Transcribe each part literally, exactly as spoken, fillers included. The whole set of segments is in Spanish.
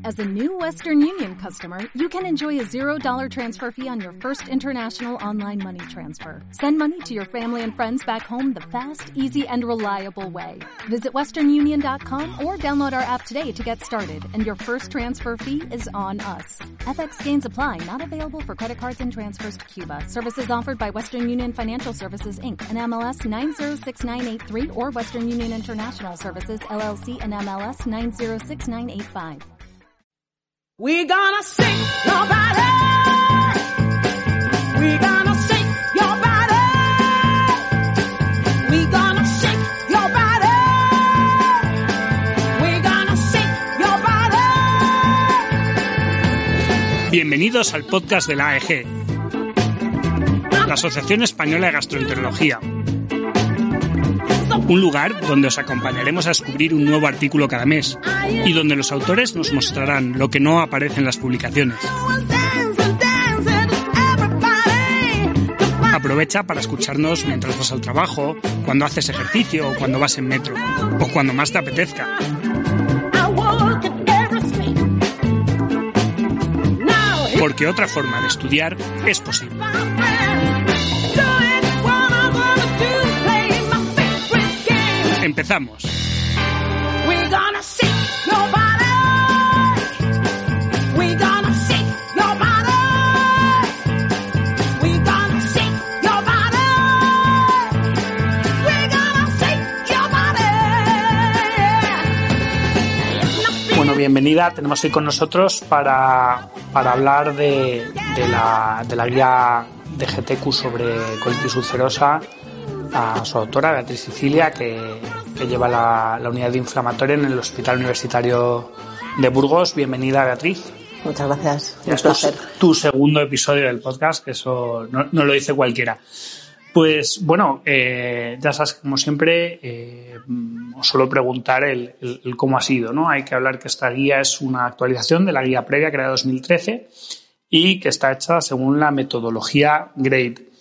As a new Western Union customer, you can enjoy a zero dollar transfer fee on your first international online money transfer. Send money to your family and friends back home the fast, easy, and reliable way. Visit western union dot com or download our app today to get started, and your first transfer fee is on us. F X gains apply, not available for credit cards and transfers to Cuba. Services offered by Western Union Financial Services, Incorporated, and M L S nine zero six nine eight three or Western Union International Services, L L C, and M L S nine zero six nine eight five. We gonna shake your body. We gonna shake your body. We gonna shake your body. We gonna shake your body. Bienvenidos al podcast de la A E G, la Asociación Española de Gastroenterología. Un lugar donde os acompañaremos a descubrir un nuevo artículo cada mes y donde los autores nos mostrarán lo que no aparece en las publicaciones. Aprovecha para escucharnos mientras vas al trabajo, cuando haces ejercicio o cuando vas en metro, o cuando más te apetezca. Porque otra forma de estudiar es posible. Empezamos. Bueno, bienvenida. Tenemos hoy con nosotros para, para hablar de, de, la, de la guía de G T Q sobre colitis ulcerosa a su autora, Beatriz Sicilia, que, que lleva la, la unidad de inflamatoria en el Hospital Universitario de Burgos. Bienvenida, Beatriz. Muchas gracias. Un placer. Tu segundo episodio del podcast, que eso no, no lo dice cualquiera. Pues bueno, eh, ya sabes, como siempre, eh, os suelo preguntar el, el, el cómo ha sido, ¿no? Hay que hablar que esta guía es una actualización de la guía previa creada en dos mil trece y que está hecha según la metodología GRADE.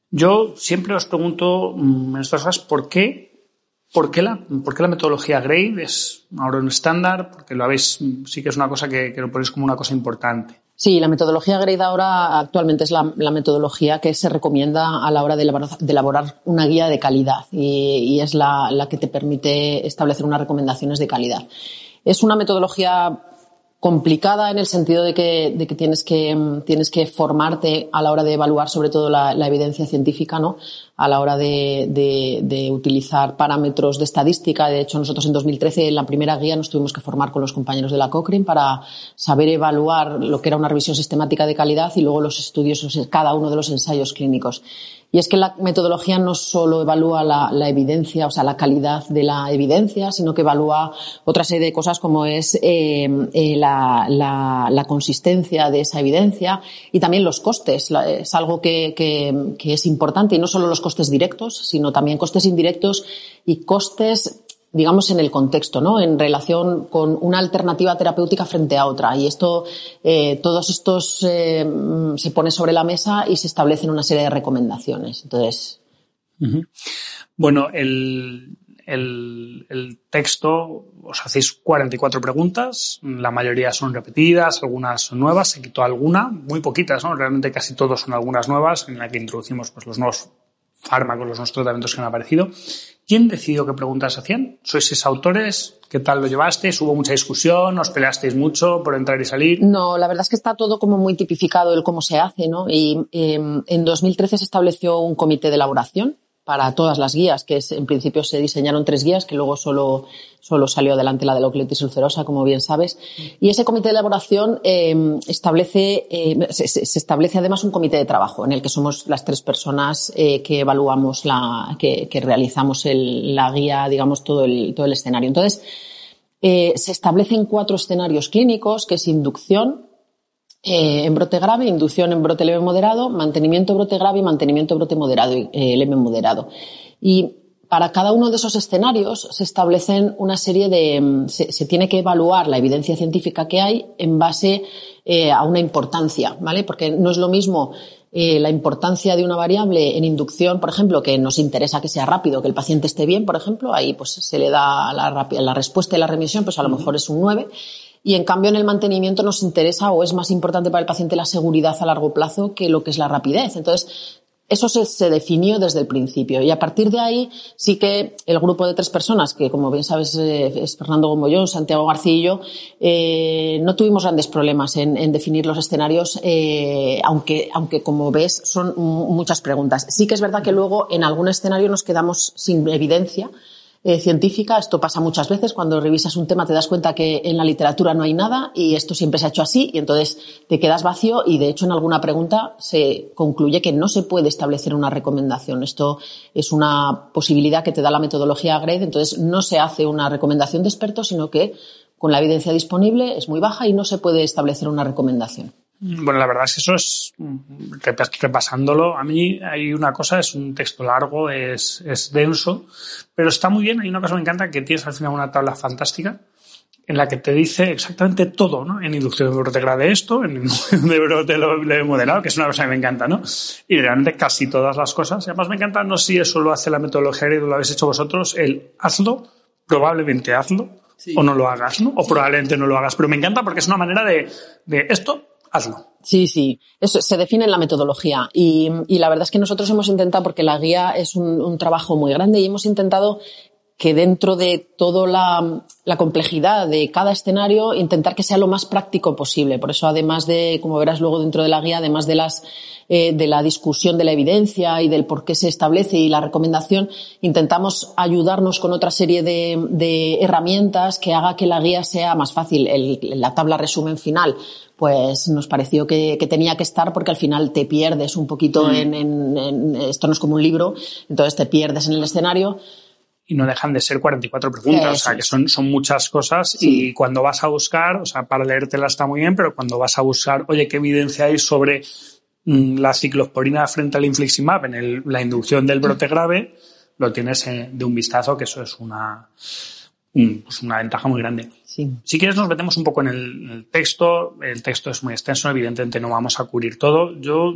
Yo siempre os pregunto en estas cosas por qué, por qué la, por qué la metodología GRADE es ahora un estándar, porque lo habéis, sí que es una cosa que, que lo ponéis como una cosa importante. Sí, la metodología GRADE ahora actualmente es la, la metodología que se recomienda a la hora de elaborar, de elaborar una guía de calidad y, y es la, la que te permite establecer unas recomendaciones de calidad. Es una metodología complicada en el sentido de que, de que tienes que, tienes que formarte a la hora de evaluar sobre todo la, la evidencia científica, ¿no? A la hora de, de, de utilizar parámetros de estadística. De hecho, nosotros en dos mil trece, en la primera guía, nos tuvimos que formar con los compañeros de la Cochrane para saber evaluar lo que era una revisión sistemática de calidad y luego los estudios, cada uno de los ensayos clínicos. Y es que la metodología no solo evalúa la, la evidencia, o sea, la calidad de la evidencia, sino que evalúa otra serie de cosas como es eh, eh, la, la, la consistencia de esa evidencia y también los costes. Es algo que, que, que es importante, y no solo los costes directos, sino también costes indirectos y costes, digamos, en el contexto, ¿no? En relación con una alternativa terapéutica frente a otra. Y esto, eh, todos estos eh, se pone sobre la mesa y se establecen una serie de recomendaciones. Entonces. Uh-huh. Bueno, el, el, el texto, os hacéis cuarenta y cuatro preguntas. La mayoría son repetidas, algunas son nuevas. Se quitó alguna, muy poquitas, ¿no? Realmente casi todos son algunas nuevas, en la que introducimos pues los nuevos fármacos, los nuevos tratamientos que han aparecido. ¿Quién decidió qué preguntas hacían? ¿Sois seis autores? ¿Qué tal lo llevasteis? ¿Hubo mucha discusión? ¿Os peleasteis mucho por entrar y salir? No, la verdad es que está todo como muy tipificado el cómo se hace, ¿no? Y eh, en dos mil trece se estableció un comité de elaboración para todas las guías, que es, en principio se diseñaron tres guías, que luego solo, solo salió adelante la de la colitis ulcerosa, como bien sabes. Y ese comité de elaboración eh, establece, eh, se, se establece además un comité de trabajo en el que somos las tres personas eh, que evaluamos la, que, que realizamos el, la guía, digamos, todo el, todo el escenario. Entonces, eh, se establecen cuatro escenarios clínicos, que es inducción, Eh, en brote grave, inducción en brote leve moderado, mantenimiento brote grave y mantenimiento brote moderado y eh, leve moderado. Y para cada uno de esos escenarios se establecen una serie de... Se, se tiene que evaluar la evidencia científica que hay en base eh, a una importancia, ¿vale? Porque no es lo mismo eh, la importancia de una variable en inducción, por ejemplo, que nos interesa que sea rápido, que el paciente esté bien, por ejemplo, ahí pues se le da la, la respuesta y la remisión, pues a lo mejor es un nueve. y en cambio en el mantenimiento nos interesa o es más importante para el paciente la seguridad a largo plazo que lo que es la rapidez. Entonces, eso se, se definió desde el principio y a partir de ahí sí que el grupo de tres personas, que como bien sabes eh, es Fernando Gomollón, Santiago García y yo, eh, no tuvimos grandes problemas en, en definir los escenarios, eh, aunque, aunque como ves son muchas preguntas. Sí que es verdad que luego en algún escenario nos quedamos sin evidencia Eh, científica. Esto pasa muchas veces cuando revisas un tema, te das cuenta que en la literatura no hay nada y esto siempre se ha hecho así y entonces te quedas vacío y de hecho en alguna pregunta se concluye que no se puede establecer una recomendación. Esto es una posibilidad que te da la metodología GRADE, entonces no se hace una recomendación de expertos, sino que con la evidencia disponible es muy baja y no se puede establecer una recomendación. Bueno, la verdad es que eso es, repasándolo, a mí hay una cosa, es un texto largo, es, es denso, pero está muy bien. Hay una cosa que me encanta, que tienes al final una tabla fantástica en la que te dice exactamente todo, ¿no? En inducción de brote grave esto, en inducción de brote leve moderado, que es una cosa que me encanta, ¿no? Y realmente casi todas las cosas. Y además me encanta, no sé si eso lo hace la metodología y lo habéis hecho vosotros, el hazlo, probablemente hazlo, sí, o no lo hagas, ¿no? O sí, probablemente no lo hagas. Pero me encanta porque es una manera de, de esto, hazlo. Sí, sí, eso se define en la metodología y, y la verdad es que nosotros hemos intentado, porque la guía es un, un trabajo muy grande y hemos intentado que dentro de toda la, la complejidad de cada escenario intentar que sea lo más práctico posible. Por eso, además de, como verás luego dentro de la guía, además de las eh, de la discusión de la evidencia y del por qué se establece y la recomendación, intentamos ayudarnos con otra serie de, de herramientas que haga que la guía sea más fácil. El, la tabla resumen final, pues nos pareció que, que tenía que estar porque al final te pierdes un poquito mm. en, en, en, esto no es como un libro, entonces te pierdes en el escenario. Y no dejan de ser cuarenta y cuatro preguntas, Eso. o sea, que son, son muchas cosas sí. Y cuando vas a buscar, o sea, para leértela está muy bien, pero cuando vas a buscar, oye, ¿qué evidencia hay sobre mmm, la ciclosporina frente al infliximab en el, la inducción del brote grave? Lo tienes eh, de un vistazo, que eso es una, un, pues una ventaja muy grande. Sí. Si quieres nos metemos un poco en el, en el texto. El texto es muy extenso, evidentemente no vamos a cubrir todo. Yo,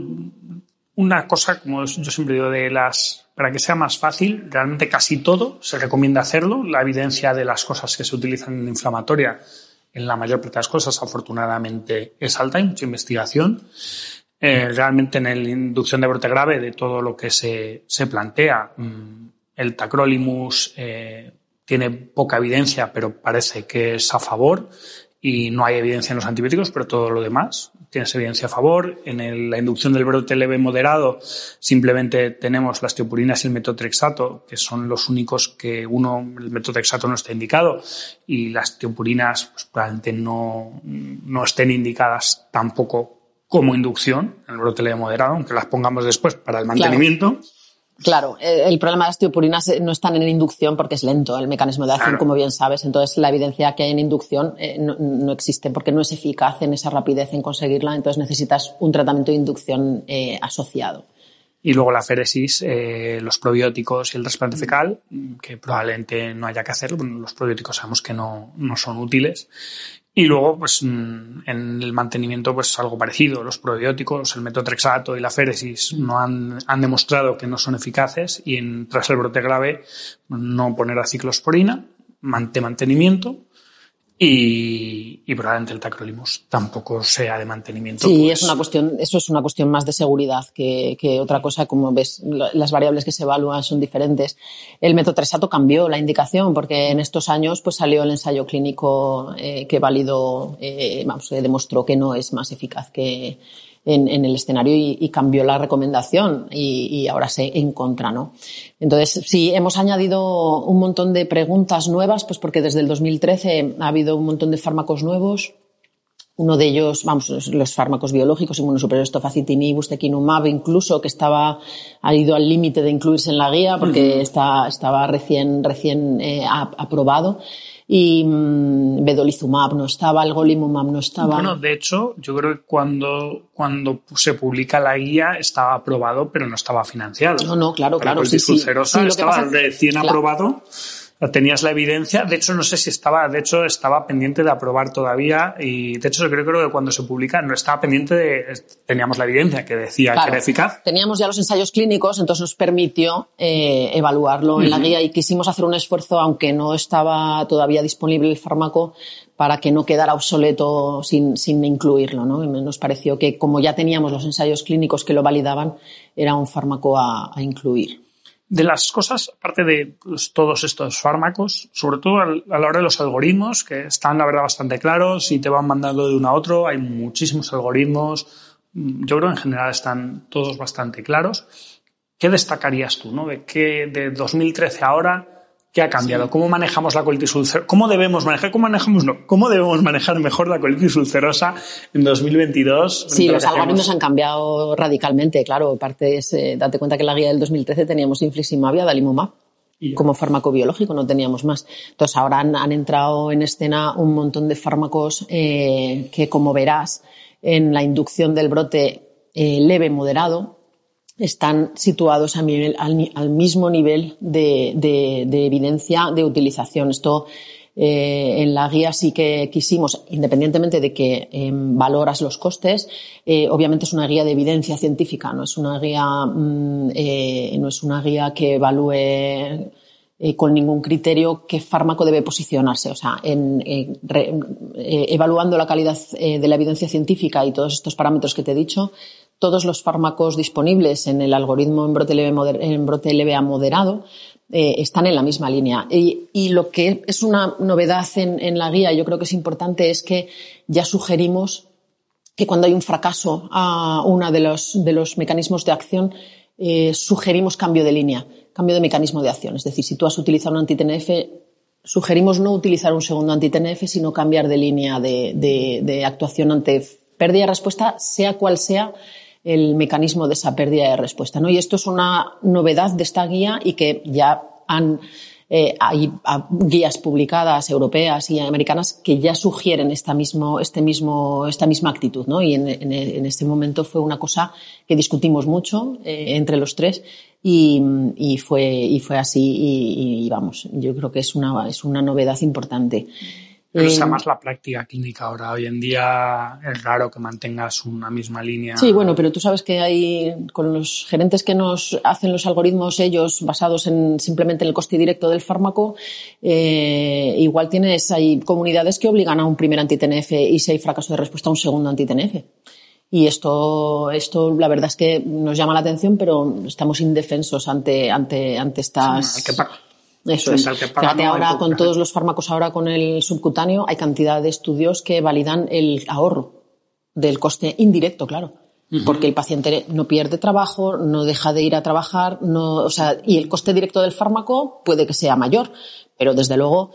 una cosa, como yo siempre digo, de las... Para que sea más fácil, realmente casi todo se recomienda hacerlo. La evidencia de las cosas que se utilizan en inflamatoria, en la mayor parte de las cosas, afortunadamente, es alta. Hay mucha investigación. Eh, realmente en la inducción de brote grave, de todo lo que se, se plantea, el tacrolimus eh, tiene poca evidencia, pero parece que es a favor. Y no hay evidencia en los antibióticos, pero todo lo demás tienes evidencia a favor. En el, la inducción del brote leve moderado simplemente tenemos las tiopurinas y el metotrexato, que son los únicos que uno, el metotrexato no está indicado y las tiopurinas pues, probablemente no, no estén indicadas tampoco como inducción en el brote leve moderado, aunque las pongamos después para el mantenimiento. Claro. Claro, el problema de las tiopurinas no están en inducción porque es lento el mecanismo de acción, claro. Como bien sabes. Entonces, la evidencia que hay en inducción eh, no, no existe porque no es eficaz en esa rapidez en conseguirla. Entonces, necesitas un tratamiento de inducción eh, asociado. Y luego la féresis, eh, los probióticos y el trasplante fecal, que probablemente no haya que hacerlo. Bueno, los probióticos sabemos que no, no son útiles. Y luego, pues, en el mantenimiento, pues, algo parecido. Los probióticos, el metotrexato y la féresis no han, han demostrado que no son eficaces y en, tras el brote grave, no poner a ciclosporina, de mantenimiento y, y probablemente el tacrolimus tampoco sea de mantenimiento. Sí, pues. es una cuestión, eso es una cuestión más de seguridad que, que otra cosa. Como ves, las variables que se evalúan son diferentes. El metotrexato cambió la indicación porque en estos años pues salió el ensayo clínico eh, que validó, eh, vamos, eh, demostró que no es más eficaz que en, en el escenario y, y cambió la recomendación y, y ahora se en contra, ¿no? Entonces, sí, hemos añadido un montón de preguntas nuevas, pues porque desde el dos mil trece ha habido un montón de fármacos nuevos. Uno de ellos, vamos, los fármacos biológicos, inmunosupresores, tofacitinib, ustekinumab, incluso, que estaba, ha ido al límite de incluirse en la guía porque uh-huh. está, estaba recién, recién eh, aprobado. Y mmm, vedolizumab no estaba, el golimumab no estaba. Bueno, de hecho, yo creo que cuando, cuando se publica la guía estaba aprobado, pero no estaba financiado. No, no, claro, claro. El sí, sí. ulcerosa sí, estaba pasa, recién claro. aprobado. tenías la evidencia. De hecho, no sé si estaba, de hecho, estaba pendiente de aprobar todavía y, de hecho, creo, creo que cuando se publica no estaba pendiente de, teníamos la evidencia que decía claro, que era eficaz. Teníamos ya los ensayos clínicos, entonces nos permitió eh, evaluarlo uh-huh. en la guía y quisimos hacer un esfuerzo, aunque no estaba todavía disponible el fármaco, para que no quedara obsoleto sin, sin incluirlo, ¿no? Y nos pareció que, como ya teníamos los ensayos clínicos que lo validaban, era un fármaco a, a incluir. De las cosas, aparte de pues, todos estos fármacos, sobre todo a la hora de los algoritmos, que están, la verdad, bastante claros y te van mandando de uno a otro, hay muchísimos algoritmos, yo creo que en general están todos bastante claros. ¿Qué destacarías tú, ¿no? De qué, de dos mil trece a ahora, ¿qué ha cambiado? Sí. ¿Cómo manejamos la colitis ulcerosa? ¿Cómo debemos manejar? ¿Cómo manejamos? No. ¿Cómo debemos manejar mejor la colitis ulcerosa en dos mil veintidós? Sí, los algoritmos han cambiado radicalmente, claro. Aparte es, eh, date cuenta que en la guía del dos mil trece teníamos infliximab y adalimumab como fármaco biológico, no teníamos más. Entonces ahora han, han entrado en escena un montón de fármacos eh, que, como verás, en la inducción del brote eh, leve moderado, están situados a nivel, al, al mismo nivel de, de, de evidencia de utilización. Esto eh, en la guía sí que quisimos, independientemente de que eh, valoras los costes, eh, obviamente es una guía de evidencia científica, no es una guía, mm, eh, no es una guía que evalúe eh, con ningún criterio qué fármaco debe posicionarse. O sea, en, en re, eh, evaluando la calidad eh, de la evidencia científica y todos estos parámetros que te he dicho, todos los fármacos disponibles en el algoritmo en brote leve, moder, en brote leve a moderado eh, están en la misma línea. Y, y lo que es una novedad en, en la guía, yo creo que es importante, es que ya sugerimos que cuando hay un fracaso a uno de los, de los mecanismos de acción, eh, sugerimos cambio de línea, cambio de mecanismo de acción. Es decir, si tú has utilizado un anti-T N F, sugerimos no utilizar un segundo anti-T N F, sino cambiar de línea de, de, de actuación ante pérdida de respuesta, sea cual sea el mecanismo de esa pérdida de respuesta, ¿no? Y esto es una novedad de esta guía y que ya han, eh, hay guías publicadas europeas y americanas que ya sugieren esta mismo, este mismo, esta misma actitud, ¿no? Y en, en, en este momento fue una cosa que discutimos mucho eh, entre los tres y, y fue, y fue así y, y vamos, yo creo que es una, es una novedad importante. Pero es más la práctica clínica ahora. Hoy en día es raro que mantengas una misma línea. Sí, bueno, pero tú sabes que hay, con los gerentes que nos hacen los algoritmos, ellos basados en simplemente en el coste directo del fármaco, eh, igual tienes, hay comunidades que obligan a un primer anti-T N F y si hay fracaso de respuesta a un segundo anti-T N F. Y esto, esto la verdad es que nos llama la atención, pero estamos indefensos ante, ante, ante estas... Sí, hay que pagar. Eso es. Fíjate, ahora con todos los fármacos, ahora con el subcutáneo, hay cantidad de estudios que validan el ahorro del coste indirecto, claro. Uh-huh. Porque el paciente no pierde trabajo, no deja de ir a trabajar, no, o sea, y el coste directo del fármaco puede que sea mayor, pero desde luego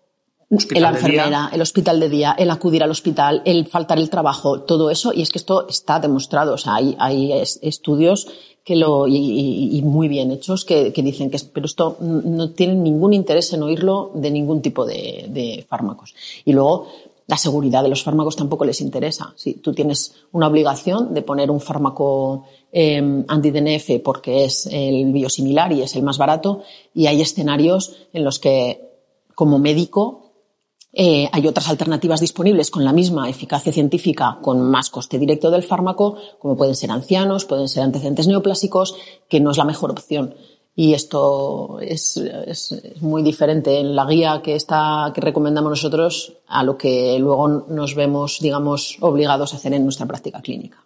la enfermera, el hospital de día, el acudir al hospital, el faltar el trabajo, todo eso, y es que esto está demostrado, o sea, hay, hay estudios que lo, y, y, y muy bien hechos que, que dicen que, pero esto no tienen ningún interés en oírlo de ningún tipo de, de fármacos. Y luego, la seguridad de los fármacos tampoco les interesa. Si tú tienes una obligación de poner un fármaco eh, anti-T N F porque es el biosimilar y es el más barato, y hay escenarios en los que, como médico, Eh, hay otras alternativas disponibles con la misma eficacia científica, con más coste directo del fármaco, como pueden ser ancianos, pueden ser antecedentes neoplásicos, que no es la mejor opción. Y esto es, es, es muy diferente en la guía que está, que recomendamos nosotros a lo que luego nos vemos, digamos, obligados a hacer en nuestra práctica clínica.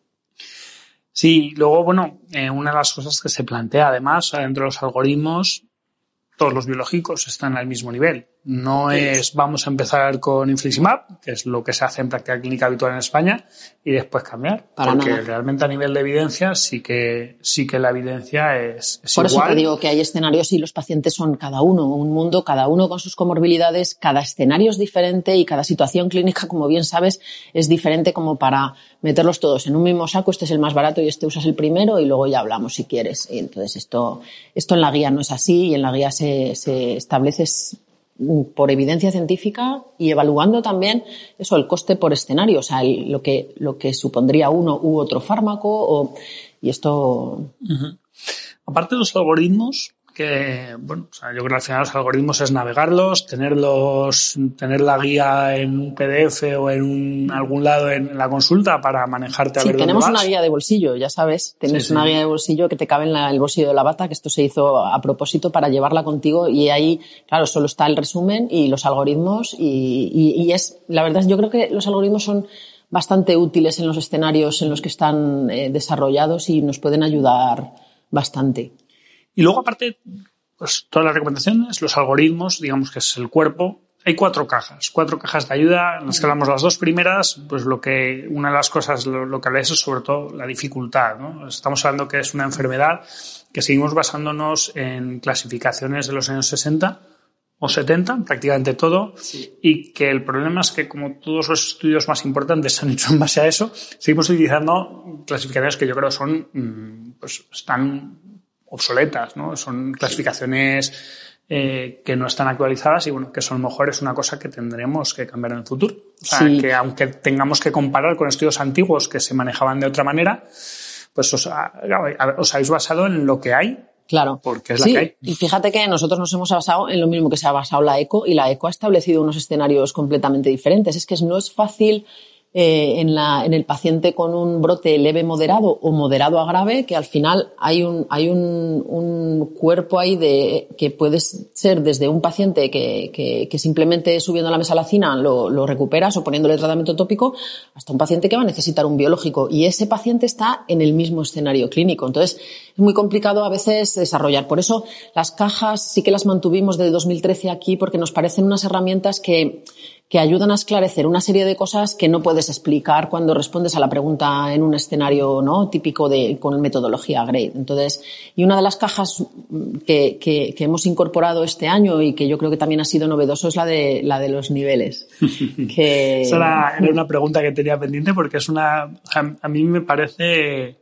Sí, luego, bueno, eh, una de las cosas que se plantea además dentro de los algoritmos, todos los biológicos están al mismo nivel. No es vamos a empezar con infliximab, que es lo que se hace en práctica clínica habitual en España, y después cambiar. Para porque nada. Realmente a nivel de evidencia sí que sí que la evidencia es, es Por igual. Por eso te digo que hay escenarios y los pacientes son cada uno un mundo, cada uno con sus comorbilidades, cada escenario es diferente y cada situación clínica, como bien sabes, es diferente como para meterlos todos en un mismo saco. Este es el más barato y este usas el primero y luego ya hablamos si quieres. Y entonces esto, esto en la guía no es así y en la guía se, se establece por evidencia científica y evaluando también eso, el coste por escenario, o sea, el, lo que lo que supondría uno u otro fármaco, o, y esto... Uh-huh. Aparte de los algoritmos, que, bueno, o sea, yo creo que al final los algoritmos es navegarlos, tenerlos, tener la guía en un P D F o en un, algún lado en la consulta para manejarte a sí, ver dónde tenemos vas. una guía de bolsillo, ya sabes, tienes Sí, sí. una guía de bolsillo que te cabe en la, el bolsillo de la bata, que esto se hizo a propósito para llevarla contigo y ahí, claro, solo está el resumen y los algoritmos y, y, y es, la verdad, yo creo que los algoritmos son bastante útiles en los escenarios en los que están eh, desarrollados y nos pueden ayudar bastante. Y luego, aparte, pues todas las recomendaciones, los algoritmos, digamos que es el cuerpo. Hay cuatro cajas, cuatro cajas de ayuda, en las que hablamos las dos primeras, pues lo que, una de las cosas, lo, lo que habláis es sobre todo la dificultad, ¿no? Estamos hablando que es una enfermedad que seguimos basándonos en clasificaciones de los años sesenta o setenta, prácticamente todo, sí. Y que el problema es que, como todos los estudios más importantes se han hecho en base a eso, seguimos utilizando clasificaciones que yo creo son, pues, están obsoletas, ¿no? Son clasificaciones eh, que no están actualizadas y, bueno, que eso a lo mejor es una cosa que tendremos que cambiar en el futuro. O sea, sí. Que aunque tengamos que comparar con estudios antiguos que se manejaban de otra manera, pues os, os habéis basado en lo que hay. Claro. Porque es sí, la que hay. Y fíjate que nosotros nos hemos basado en lo mismo que se ha basado la ECO y la ECO ha establecido unos escenarios completamente diferentes. Es que no es fácil eh, en, la, en el paciente con un brote leve moderado o moderado a grave, que al final hay un, hay un, un cuerpo ahí de, que puede ser desde un paciente que, que, que simplemente subiendo a la mesalacina lo, lo recuperas o poniéndole tratamiento tópico, hasta un paciente que va a necesitar un biológico. Y ese paciente está en el mismo escenario clínico. Entonces, es muy complicado a veces desarrollar. Por eso, las cajas sí que las mantuvimos desde dos mil trece aquí, porque nos parecen unas herramientas que, que ayudan a esclarecer una serie de cosas que no puedes explicar cuando respondes a la pregunta en un escenario, ¿no?, típico de, con metodología GRADE. Entonces, y una de las cajas que, que, que hemos incorporado este año y que yo creo que también ha sido novedoso es la de, la de los niveles. que... Esa era, era una pregunta que tenía pendiente porque es una, a, a mí me parece,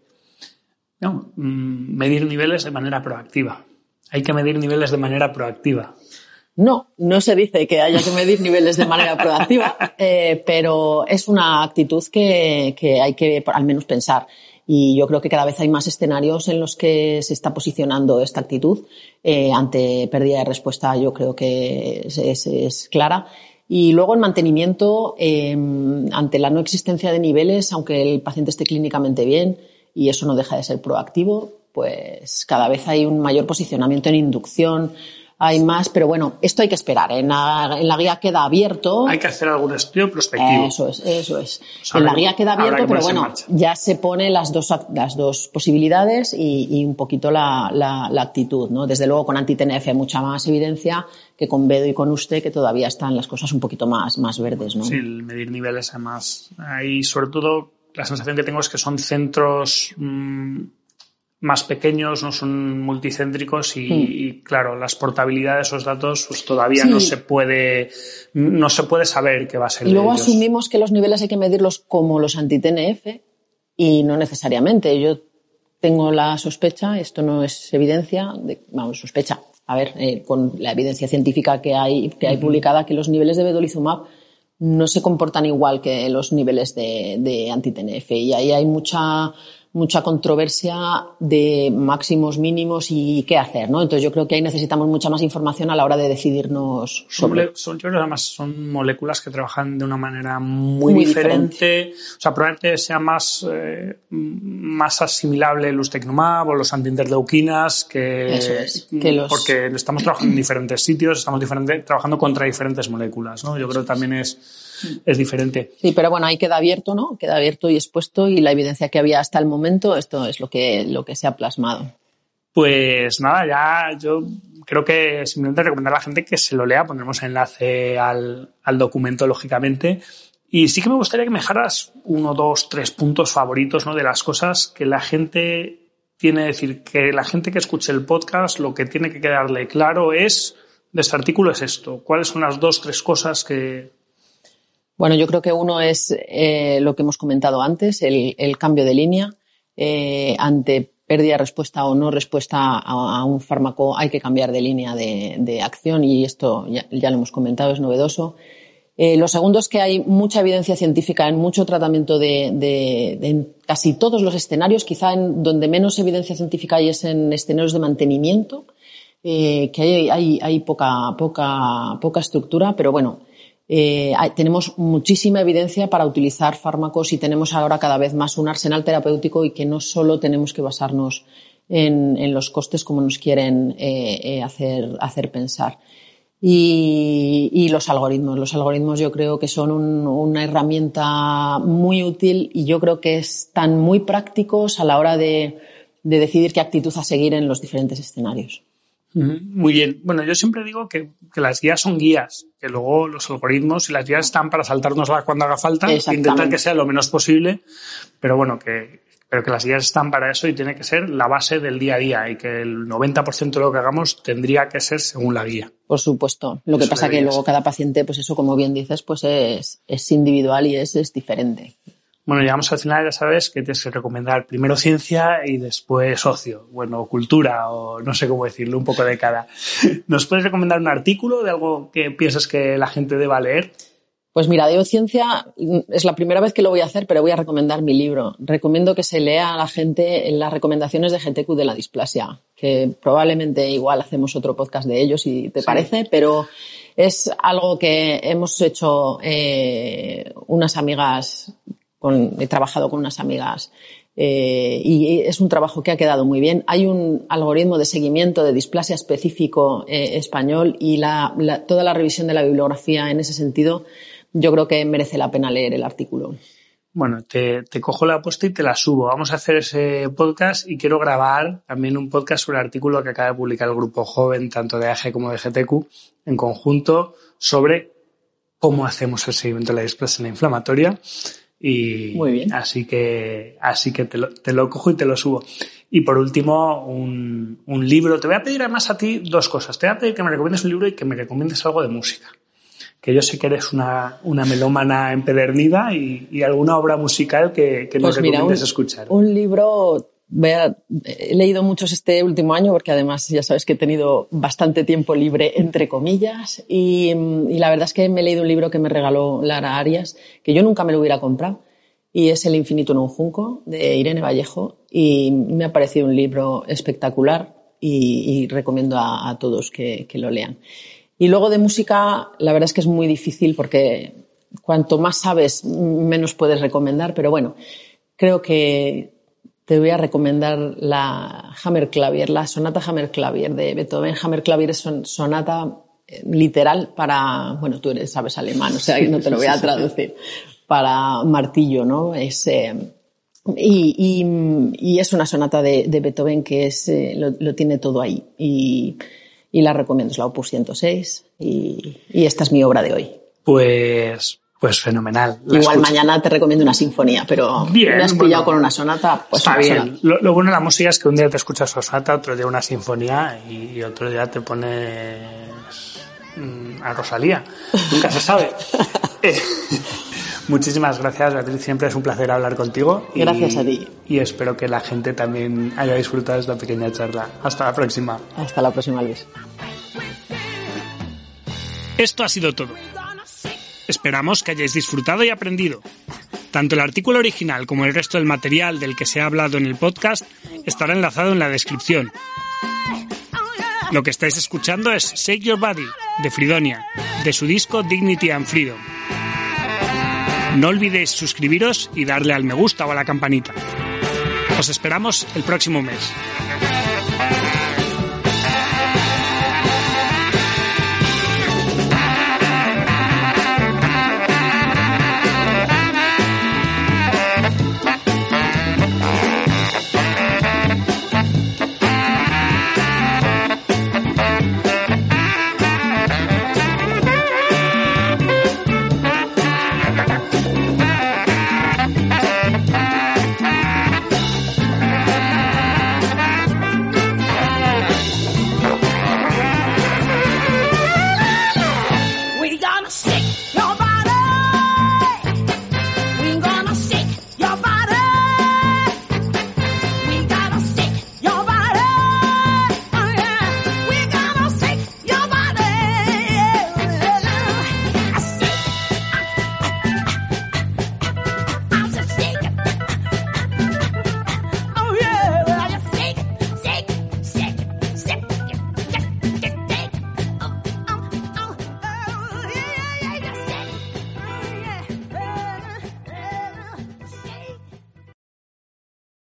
no, medir niveles de manera proactiva. Hay que medir niveles de manera proactiva. No, no se dice que haya que medir niveles de manera proactiva, eh, pero es una actitud que, que hay que al menos pensar. Y yo creo que cada vez hay más escenarios en los que se está posicionando esta actitud. Eh, ante pérdida de respuesta yo creo que es, es, es clara. Y luego el mantenimiento, eh, ante la no existencia de niveles, aunque el paciente esté clínicamente bien, y eso no deja de ser proactivo, pues cada vez hay un mayor posicionamiento en inducción. Hay más, pero bueno, esto hay que esperar. En la, en la guía queda abierto. Hay que hacer algún estudio prospectivo. Eso es, eso es. O sea, en la guía queda abierto, pero bueno, ya se pone las dos, las dos posibilidades y, y un poquito la, la, la actitud, ¿no? Desde luego con anti-T N F hay mucha más evidencia que con Bedo y con usted, que todavía están las cosas un poquito más, más verdes, ¿no? Sí, el medir niveles además. Ahí, sobre todo, la sensación que tengo es que son centros mmm, más pequeños, no son multicéntricos y, mm. y claro, las portabilidad de esos datos pues todavía sí. no se puede no se puede saber qué va a ser. Y luego de ellos. Asumimos que los niveles hay que medirlos como los anti-T N F y no necesariamente. Yo tengo la sospecha, esto no es evidencia, de, vamos, sospecha, a ver, eh, con la evidencia científica que hay que hay uh-huh. publicada, que los niveles de vedolizumab no se comportan igual que los niveles de, de anti-T N F y ahí hay mucha mucha controversia de máximos, mínimos y qué hacer, ¿no? Entonces yo creo que ahí necesitamos mucha más información a la hora de decidirnos sobre... Son, son, yo creo que además son moléculas que trabajan de una manera muy, muy diferente. diferente. O sea, probablemente sea más, eh, más asimilable el ustekinumab o los antiinterleuquinas que... Eso es. Que los... Porque estamos trabajando en diferentes sitios, estamos diferente, trabajando contra diferentes moléculas, ¿no? Yo creo que también es... es diferente. Sí, pero bueno, ahí queda abierto, ¿no? Queda abierto y expuesto y la evidencia que había hasta el momento, esto es lo que, lo que se ha plasmado. Pues nada, ya yo creo que simplemente recomendar a la gente que se lo lea, pondremos enlace al, al documento, lógicamente. Y sí que me gustaría que me dejaras uno, dos, tres puntos favoritos, ¿no? De las cosas que la gente tiene, decir, que la gente que escuche el podcast, lo que tiene que quedarle claro es, de este artículo es esto. ¿Cuáles son las dos, tres cosas que... Bueno, yo creo que uno es eh, lo que hemos comentado antes, el, el cambio de línea. Eh, ante pérdida de respuesta o no respuesta a, a un fármaco hay que cambiar de línea de, de acción y esto ya, ya lo hemos comentado, es novedoso. Eh, lo segundo es que hay mucha evidencia científica en mucho tratamiento de, de, de en casi todos los escenarios, quizá en donde menos evidencia científica hay es en escenarios de mantenimiento. eh, que hay, hay, hay poca, poca, poca estructura, pero bueno, eh, hay, tenemos muchísima evidencia para utilizar fármacos y tenemos ahora cada vez más un arsenal terapéutico y que no solo tenemos que basarnos en, en los costes como nos quieren eh, eh, hacer, hacer pensar. Y, y los algoritmos. Los algoritmos yo creo que son un, una herramienta muy útil y yo creo que están muy prácticos a la hora de, de decidir qué actitud a seguir en los diferentes escenarios. Muy bien. Bueno, yo siempre digo que, que las guías son guías, que luego los algoritmos y las guías están para saltárnoslas cuando haga falta, intentar que sea lo menos posible, pero bueno, que, pero que las guías están para eso y tiene que ser la base del día a día y que el noventa por ciento de lo que hagamos tendría que ser según la guía. Por supuesto. Lo que pasa que luego cada paciente, pues eso, como bien dices, pues es, es individual y es, es diferente. Bueno, llegamos al final, ya sabes que tienes que recomendar primero ciencia y después ocio, bueno, cultura o no sé cómo decirlo, un poco de cada. ¿Nos puedes recomendar un artículo de algo que piensas que la gente deba leer? Pues mira, de ciencia es la primera vez que lo voy a hacer, pero voy a recomendar mi libro. Recomiendo que se lea a la gente en las recomendaciones de G T Q de la displasia, que probablemente igual hacemos otro podcast de ellos si te sí. parece, pero es algo que hemos hecho eh, unas amigas, con, he trabajado con unas amigas eh, y es un trabajo que ha quedado muy bien. Hay un algoritmo de seguimiento de displasia específico eh, español y la, la, toda la revisión de la bibliografía en ese sentido yo creo que merece la pena leer el artículo. Bueno, te, te cojo la apuesta y te la subo. Vamos a hacer ese podcast y quiero grabar también un podcast sobre el artículo que acaba de publicar el Grupo Joven, tanto de A G como de G T Q, en conjunto, sobre cómo hacemos el seguimiento de la displasia inflamatoria. Y muy bien. Así que, así que te lo, te lo cojo y te lo subo. Y por último, un, un libro. Te voy a pedir además a ti dos cosas. Te voy a pedir que me recomiendes un libro y que me recomiendes algo de música. Que yo sé que eres una, una melómana empedernida y, y alguna obra musical que, que nos pues recomiendes mira, un, escuchar. Un libro, vea, he leído muchos este último año porque además ya sabes que he tenido bastante tiempo libre, entre comillas, y, y la verdad es que me he leído un libro que me regaló Lara Arias, que yo nunca me lo hubiera comprado, y es El infinito en un junco, de Irene Vallejo, y me ha parecido un libro espectacular y, y recomiendo a, a todos que, que lo lean. Y luego de música, la verdad es que es muy difícil porque cuanto más sabes, menos puedes recomendar, pero bueno, creo que te voy a recomendar la Hammerklavier, la sonata Hammerklavier de Beethoven. Hammerklavier es son, sonata literal para, bueno, tú eres, sabes alemán, o sea que no te lo voy a traducir, para martillo, ¿no? Es, eh, y, y, y es una sonata de, de Beethoven que es, eh, lo, lo tiene todo ahí. Y, Y la recomiendo, es la Opus ciento seis y, y esta es mi obra de hoy. Pues, pues fenomenal. La Igual escucho. Mañana te recomiendo una sinfonía, pero bien, me has pillado bueno, con una sonata. Pues está una bien. Sonata. Lo, lo bueno de la música es que un día te escuchas una sonata, otro día una sinfonía y, y otro día te pones mmm, a Rosalía. Nunca se sabe. eh, Muchísimas gracias, Beatriz. Siempre es un placer hablar contigo. Y, gracias a ti. Y espero que la gente también haya disfrutado de esta pequeña charla. Hasta la próxima. Hasta la próxima, Luis. Esto ha sido todo. Esperamos que hayáis disfrutado y aprendido. Tanto el artículo original como el resto del material del que se ha hablado en el podcast estará enlazado en la descripción. Lo que estáis escuchando es Shake Your Body, de Fridonia, de su disco Dignity and Freedom. No olvidéis suscribiros y darle al me gusta o a la campanita. Os esperamos el próximo mes.